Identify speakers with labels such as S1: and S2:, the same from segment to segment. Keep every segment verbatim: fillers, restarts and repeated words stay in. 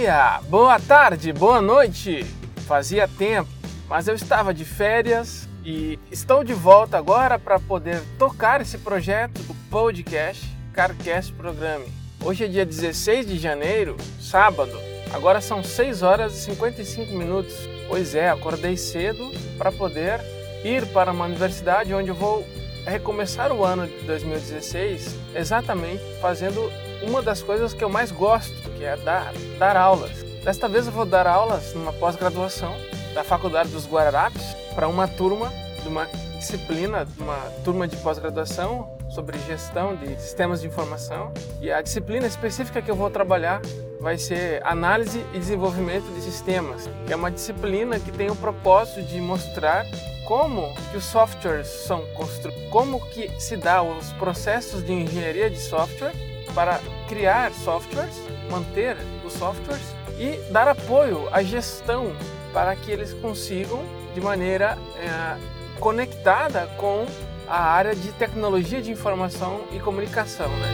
S1: dia, boa tarde, boa noite. Fazia tempo, mas eu estava de férias e estou de volta agora para poder tocar esse projeto do podcast CarCast Programming. Hoje é dia dezesseis de janeiro, sábado. Agora são seis horas e cinquenta e cinco minutos. Pois é, acordei cedo para poder ir para uma universidade onde eu vou recomeçar o ano de dois mil e dezesseis exatamente fazendo uma das coisas que eu mais gosto, que é dar, dar aulas. Desta vez eu vou dar aulas numa pós-graduação da Faculdade dos Guararapes para uma turma de uma disciplina, de uma turma de pós-graduação sobre gestão de sistemas de informação. E a disciplina específica que eu vou trabalhar vai ser análise e desenvolvimento de sistemas, que é uma disciplina que tem o propósito de mostrar como que os softwares são construídos, como que se dá os processos de engenharia de software para criar softwares, manter os softwares e dar apoio à gestão para que eles consigam de maneira é, conectada com a área de tecnologia de informação e comunicação, né?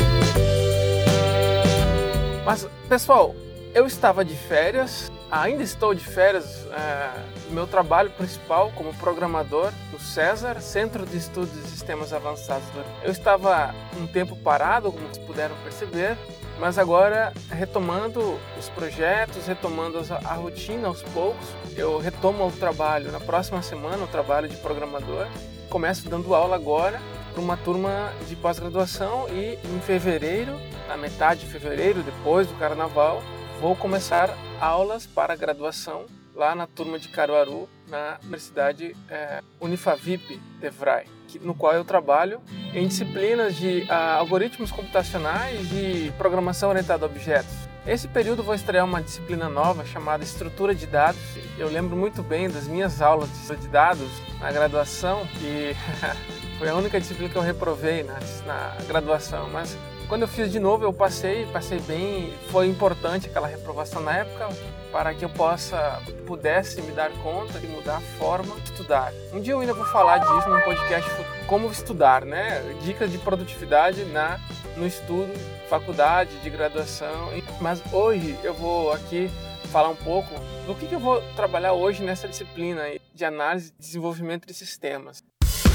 S1: Mas, pessoal, eu estava de férias, ainda estou de férias é, do meu trabalho principal como programador no César, Centro de Estudos de Sistemas Avançados. Eu estava um tempo parado, como vocês puderam perceber, mas agora retomando os projetos, retomando a rotina aos poucos. Eu retomo o trabalho na próxima semana, o trabalho de programador. Começo dando aula agora para uma turma de pós-graduação e em fevereiro, na metade de fevereiro, depois do Carnaval, vou começar aulas para graduação lá na turma de Caruaru, na Universidade é, Unifavip Devray, no qual eu trabalho em disciplinas de ah, algoritmos computacionais e programação orientada a objetos. Esse período vou estrear uma disciplina nova chamada Estrutura de Dados. Eu lembro muito bem das minhas aulas de estrutura de dados na graduação e foi a única disciplina que eu reprovei na, na graduação, mas quando eu fiz de novo eu passei, passei bem, foi importante aquela reprovação na época para que eu possa, pudesse me dar conta de mudar a forma de estudar. Um dia eu ainda vou falar disso num podcast, como estudar, né? Dicas de produtividade na, no estudo, faculdade, de graduação. Mas hoje eu vou aqui falar um pouco do que, que eu vou trabalhar hoje nessa disciplina de análise e desenvolvimento de sistemas.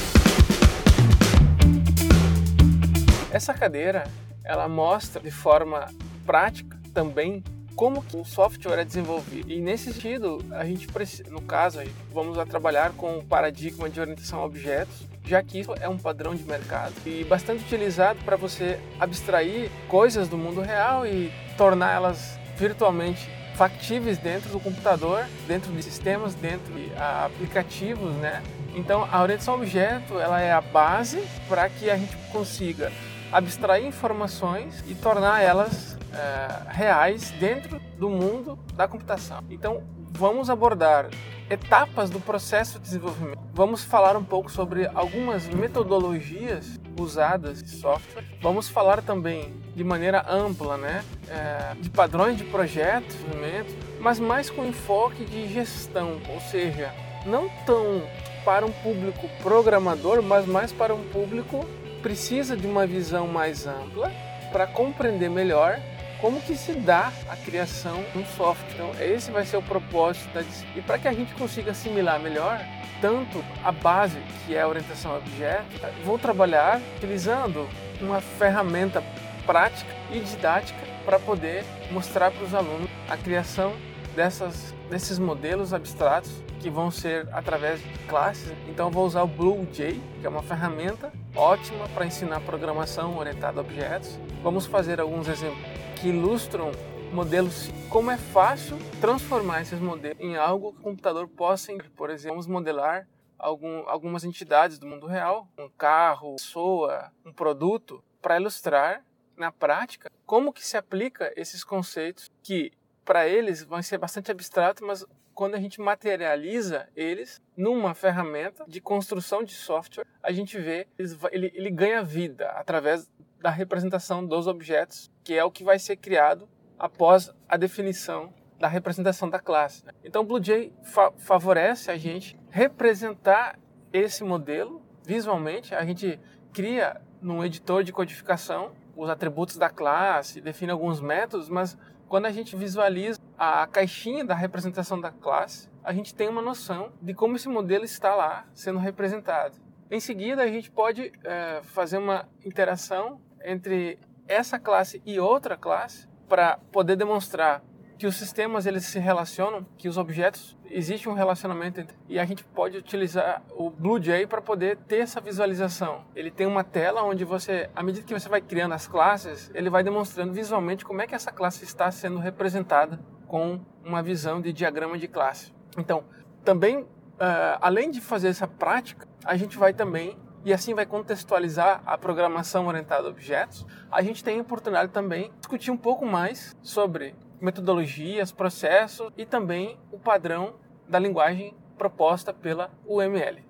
S1: Essa cadeira, ela mostra de forma prática também como que o software é desenvolvido. E nesse sentido, a gente precisa, no caso, vamos a trabalhar com o paradigma de orientação a objetos, já que isso é um padrão de mercado e bastante utilizado para você abstrair coisas do mundo real e torná-las virtualmente factíveis dentro do computador, dentro de sistemas, dentro de aplicativos, né? Então, a orientação a objeto, ela é a base para que a gente consiga abstrair informações e tornar elas é, reais dentro do mundo da computação. Então, vamos abordar etapas do processo de desenvolvimento. Vamos falar um pouco sobre algumas metodologias usadas de software. Vamos falar também de maneira ampla, né, é, de padrões de projetos, mas mais com enfoque de gestão, ou seja, não tão para um público programador, mas mais para um público que precisa de uma visão mais ampla para compreender melhor como que se dá a criação de um software. Então, esse vai ser o propósito da disciplina. E para que a gente consiga assimilar melhor tanto a base, que é a orientação a objetos, vou trabalhar utilizando uma ferramenta prática e didática para poder mostrar para os alunos a criação dessas, desses modelos abstratos que vão ser através de classes. Então, eu vou usar o BlueJ, que é uma ferramenta ótima para ensinar programação orientada a objetos. Vamos fazer alguns exemplos que ilustram modelos, como é fácil transformar esses modelos em algo que o computador possa, por exemplo, vamos modelar algum, algumas entidades do mundo real, um carro, uma pessoa, um produto, para ilustrar na prática como que se aplica esses conceitos que para eles vão ser bastante abstratos, mas quando a gente materializa eles numa ferramenta de construção de software, a gente vê ele, ele ganha vida através da representação dos objetos, que é o que vai ser criado após a definição da representação da classe. Então, o BlueJ fa- favorece a gente representar esse modelo visualmente. A gente cria num editor de codificação os atributos da classe, define alguns métodos, mas quando a gente visualiza a caixinha da representação da classe, a gente tem uma noção de como esse modelo está lá sendo representado. Em seguida, a gente pode é, fazer uma interação entre essa classe e outra classe para poder demonstrar que os sistemas eles se relacionam, que os objetos, existe um relacionamento entre, e a gente pode utilizar o BlueJ para poder ter essa visualização. Ele tem uma tela onde você, à medida que você vai criando as classes, ele vai demonstrando visualmente como é que essa classe está sendo representada com uma visão de diagrama de classe. Então, também, uh, além de fazer essa prática, a gente vai também, e assim vai contextualizar a programação orientada a objetos, a gente tem a oportunidade também de discutir um pouco mais sobre metodologias, processos e também o padrão da linguagem proposta pela U M L.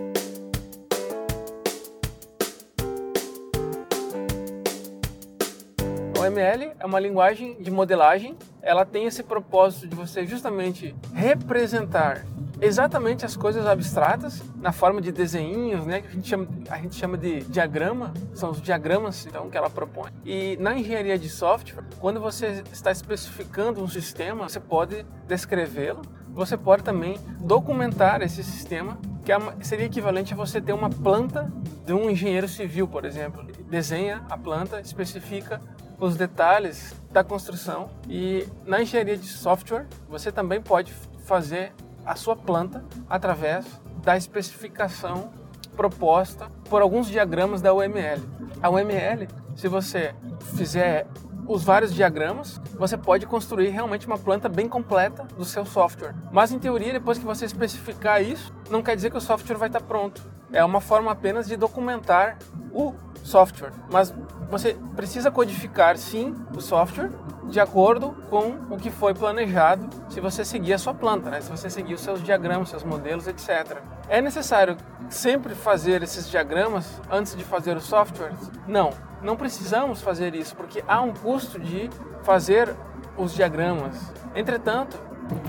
S1: A U M L é uma linguagem de modelagem, ela tem esse propósito de você justamente representar exatamente as coisas abstratas na forma de desenhinhos, né, que a gente chama, a gente chama de diagrama, são os diagramas então, que ela propõe. E na engenharia de software, quando você está especificando um sistema, você pode descrevê-lo, você pode também documentar esse sistema, que seria equivalente a você ter uma planta de um engenheiro civil, por exemplo. Desenha a planta, especifica os detalhes da construção, e na engenharia de software você também pode fazer a sua planta através da especificação proposta por alguns diagramas da U M L. A U M L, se você fizer os vários diagramas, você pode construir realmente uma planta bem completa do seu software. Mas em teoria, depois que você especificar isso, não quer dizer que o software vai estar pronto. É uma forma apenas de documentar o software. Mas você precisa codificar sim o software de acordo com o que foi planejado, se você seguir a sua planta, né? Se você seguir os seus diagramas, seus modelos, etcétera. É necessário sempre fazer esses diagramas antes de fazer os softwares? Não, não precisamos fazer isso, porque há um custo de fazer os diagramas. Entretanto,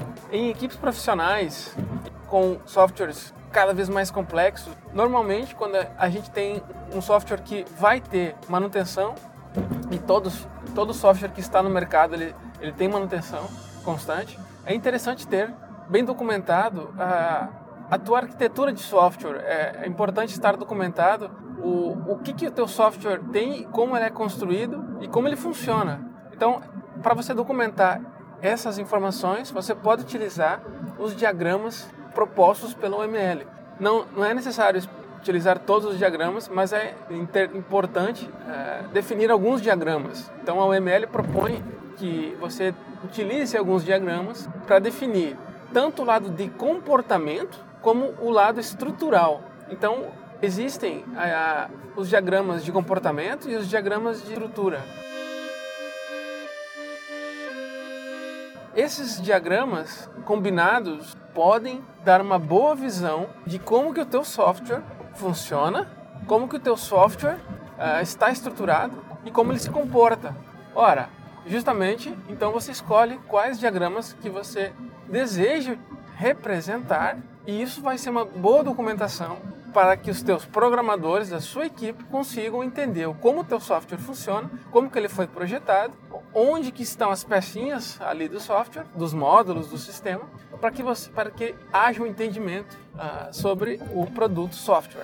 S1: em equipes profissionais com softwares cada vez mais complexos, normalmente quando a gente tem um software que vai ter manutenção, e todos, todo software que está no mercado ele, ele tem manutenção constante, é interessante ter bem documentado a, a tua arquitetura de software. É, é importante estar documentado o, o que, que o teu software tem, como ele é construído e como ele funciona. Então, para você documentar essas informações, você pode utilizar os diagramas propostos pela U M L. Não, não é necessário utilizar todos os diagramas, mas é inter, importante é, definir alguns diagramas. Então a U M L propõe que você utilize alguns diagramas para definir tanto o lado de comportamento como o lado estrutural. Então existem a, os diagramas de comportamento e os diagramas de estrutura. Esses diagramas combinados podem dar uma boa visão de como que o teu software funciona, como que o teu software uh, está estruturado e como ele se comporta. Ora, justamente, então você escolhe quais diagramas que você deseja representar, e isso vai ser uma boa documentação para que os teus programadores da sua equipe consigam entender como o teu software funciona, como que ele foi projetado, onde que estão as pecinhas ali do software, dos módulos do sistema, para que, você, para que haja um entendimento uh, sobre o produto software.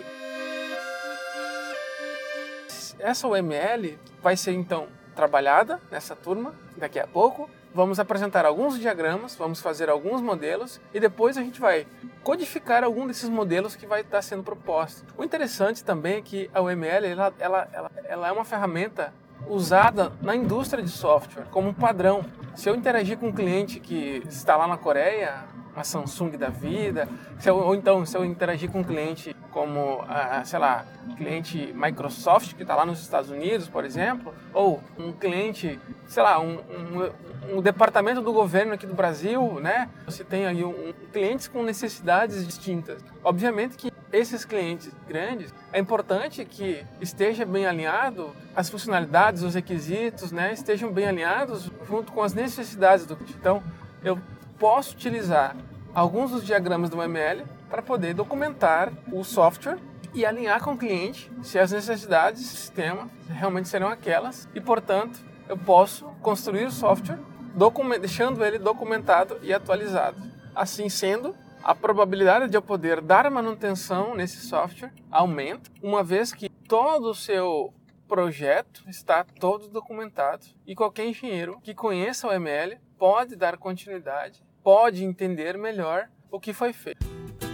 S1: Essa U M L vai ser então trabalhada nessa turma daqui a pouco. Vamos apresentar alguns diagramas, vamos fazer alguns modelos e depois a gente vai codificar algum desses modelos que vai estar sendo proposto. O interessante também é que a U M L ela, ela, ela, ela é uma ferramenta usada na indústria de software como um padrão. Se eu interagir com um cliente que está lá na Coreia, uma Samsung da vida, se eu, ou então se eu interagir com um cliente como, ah, sei lá, cliente Microsoft que está lá nos Estados Unidos, por exemplo, ou um cliente, sei lá, um, um, um departamento do governo aqui do Brasil, né? Você tem aí um, um, clientes com necessidades distintas. Obviamente que esses clientes grandes, é importante que esteja bem alinhado as funcionalidades, os requisitos, né? Estejam bem alinhados junto com as necessidades do cliente. Então, eu posso utilizar alguns dos diagramas do U M L para poder documentar o software e alinhar com o cliente se as necessidades do sistema realmente serão aquelas e, portanto, eu posso construir o software document, deixando ele documentado e atualizado. Assim sendo, a probabilidade de eu poder dar manutenção nesse software aumenta, uma vez que todo o seu projeto está todo documentado e qualquer engenheiro que conheça o M L pode dar continuidade, pode entender melhor o que foi feito.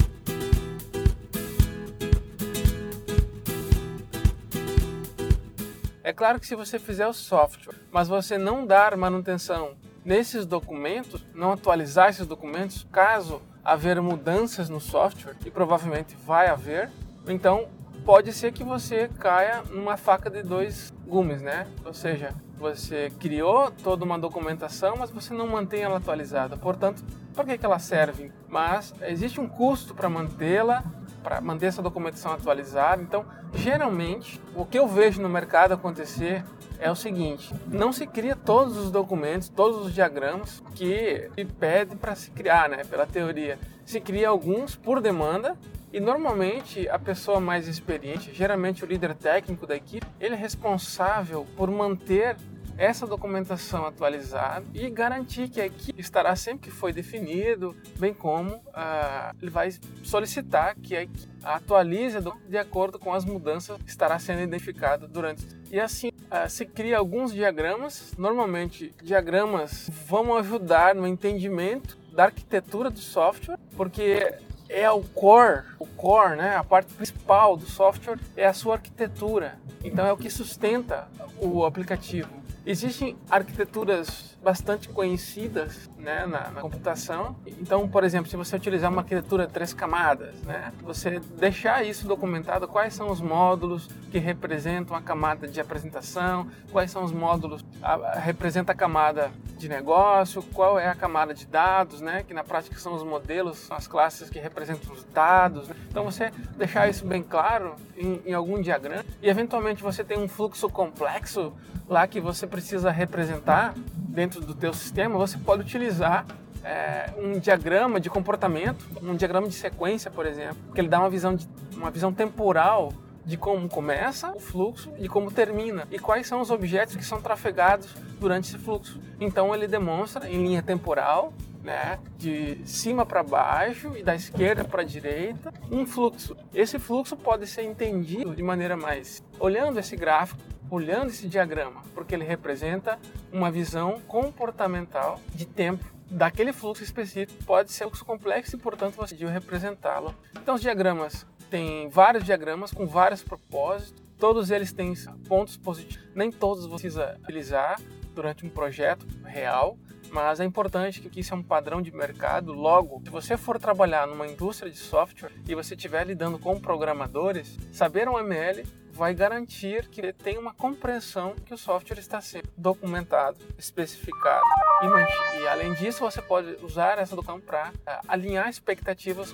S1: É claro que se você fizer o software, mas você não dar manutenção nesses documentos, não atualizar esses documentos, caso haver mudanças no software, e provavelmente vai haver, então pode ser que você caia numa faca de dois gumes, né? Ou seja, você criou toda uma documentação, mas você não mantém ela atualizada. Portanto, para que que ela serve? Mas existe um custo para mantê-la, para manter essa documentação atualizada. Então, geralmente, o que eu vejo no mercado acontecer é o seguinte: não se cria todos os documentos, todos os diagramas que pede para se criar, né? Pela teoria. Se cria alguns por demanda. E normalmente a pessoa mais experiente, geralmente o líder técnico da equipe, ele é responsável por manter essa documentação atualizada e garantir que a equipe estará sempre que foi definido, bem como ah, ele vai solicitar que a equipe atualize de acordo com as mudanças que estará sendo identificado durante. E assim ah, se cria alguns diagramas, normalmente diagramas vão ajudar no entendimento da arquitetura do software, porque é o core, o core, né? A parte principal do software é a sua arquitetura. Então é o que sustenta o aplicativo. Existem arquiteturas bastante conhecidas, né, na, na computação. Então, por exemplo, se você utilizar uma arquitetura de três camadas, né, você deixar isso documentado, quais são os módulos que representam a camada de apresentação, quais são os módulos que representam a camada de negócio, qual é a camada de dados, né, que na prática são os modelos, são as classes que representam os dados. Né? Então, você deixar isso bem claro em, em algum diagrama e, eventualmente, você tem um fluxo complexo lá que você precisa representar dentro do teu sistema, você pode utilizar é, um diagrama de comportamento, um diagrama de sequência, por exemplo, que ele dá uma visão, de, uma visão temporal de como começa o fluxo e como termina, e quais são os objetos que são trafegados durante esse fluxo. Então ele demonstra em linha temporal, né, de cima para baixo e da esquerda para a direita, um fluxo. Esse fluxo pode ser entendido de maneira mais olhando esse gráfico, olhando esse diagrama, porque ele representa uma visão comportamental de tempo daquele fluxo específico. Pode ser um fluxo complexo e, portanto, você decidiu representá-lo. Então, os diagramas, tem vários diagramas com vários propósitos, todos eles têm pontos positivos. Nem todos você precisa utilizar durante um projeto real, mas é importante que isso é um padrão de mercado. Logo, se você for trabalhar numa indústria de software e você estiver lidando com programadores, saber um M L vai garantir que ele tenha uma compreensão que o software está sendo documentado, especificado. E, e além disso, você pode usar essa documentação para uh, alinhar expectativas.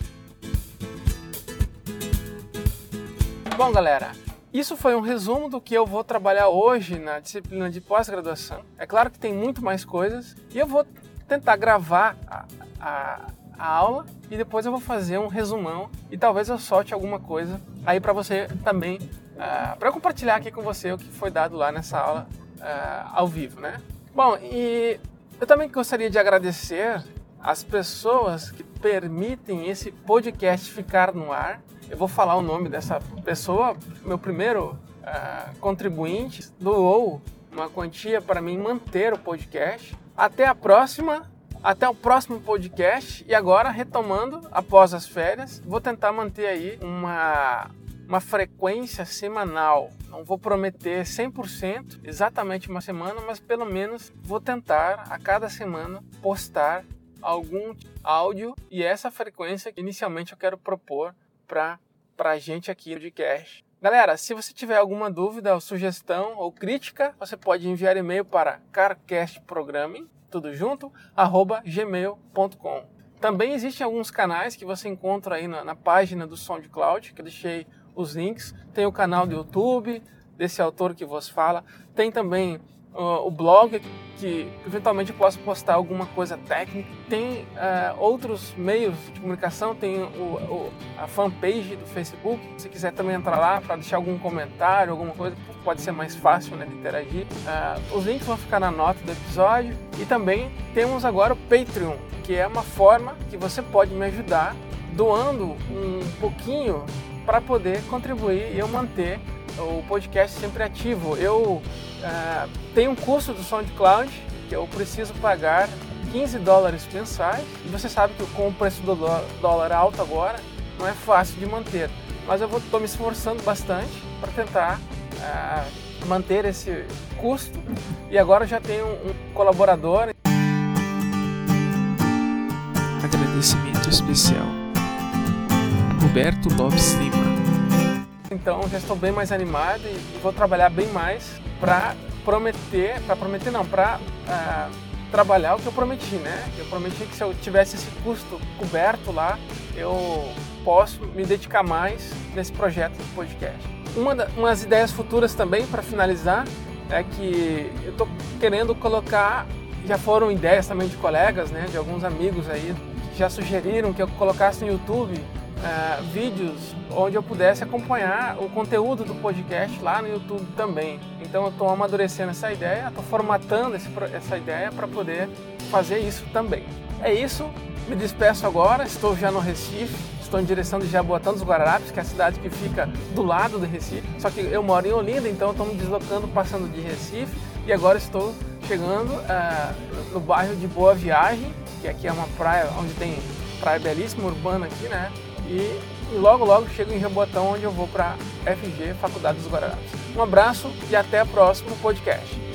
S1: Bom, galera, isso foi um resumo do que eu vou trabalhar hoje na disciplina de pós-graduação. É claro que tem muito mais coisas e eu vou tentar gravar a, a, a aula e depois eu vou fazer um resumão e talvez eu solte alguma coisa aí para você também, uh, para eu compartilhar aqui com você o que foi dado lá nessa aula uh, ao vivo, né? Bom, e eu também gostaria de agradecer as pessoas que permitem esse podcast ficar no ar. Eu vou falar o nome dessa pessoa. Meu primeiro uh, contribuinte doou uma quantia para mim manter o podcast. Até a próxima, até o próximo podcast. E agora, retomando, após as férias, vou tentar manter aí uma, uma frequência semanal. Não vou prometer cem por cento, exatamente uma semana, mas pelo menos vou tentar a cada semana postar algum áudio. E essa frequência que inicialmente eu quero propor para a gente aqui no podcast. Galera, se você tiver alguma dúvida ou sugestão ou crítica, você pode enviar e-mail para carcastprogramming, tudo junto, arroba gmail ponto com. Também existem alguns canais que você encontra aí na, na página do SoundCloud, que eu deixei os links. Tem o canal do YouTube, desse autor que vos fala. Tem também o, o blog, que eventualmente eu posso postar alguma coisa técnica. Tem uh, outros meios de comunicação, tem o, o, a fanpage do Facebook. Se quiser também entrar lá para deixar algum comentário, alguma coisa, pode ser mais fácil, né, de interagir. Uh, os links vão ficar na nota do episódio. E também temos agora o Patreon, que é uma forma que você pode me ajudar doando um pouquinho para poder contribuir e eu manter o podcast sempre ativo. Eu uh, tenho um custo do SoundCloud que eu preciso pagar quinze dólares mensais, e você sabe que com o preço do dólar alto agora não é fácil de manter, mas eu estou me esforçando bastante para tentar uh, manter esse custo, e agora já tenho um colaborador.
S2: Agradecimento especial Roberto Lopes Lima.
S1: Então já estou bem mais animado e vou trabalhar bem mais para prometer, para prometer não, para uh, trabalhar o que eu prometi, né? Eu prometi que se eu tivesse esse custo coberto lá, eu posso me dedicar mais nesse projeto de podcast. Uma das umas ideias futuras também, para finalizar, é que eu estou querendo colocar, já foram ideias também de colegas, né, de alguns amigos aí, que já sugeriram que eu colocasse no YouTube Uh, vídeos onde eu pudesse acompanhar o conteúdo do podcast lá no YouTube também. Então eu estou amadurecendo essa ideia, estou formatando esse, essa ideia para poder fazer isso também. É isso, me despeço agora, estou já no Recife, estou em direção de Jaboatão dos Guararapes, que é a cidade que fica do lado do Recife, só que eu moro em Olinda, então estou me deslocando, passando de Recife, e agora estou chegando uh, no bairro de Boa Viagem, que aqui é uma praia onde tem praia belíssima, urbana aqui, né? E logo logo chego em Jaboatão, onde eu vou para a F G, Faculdade dos Guararapes. Um abraço e até o próximo podcast.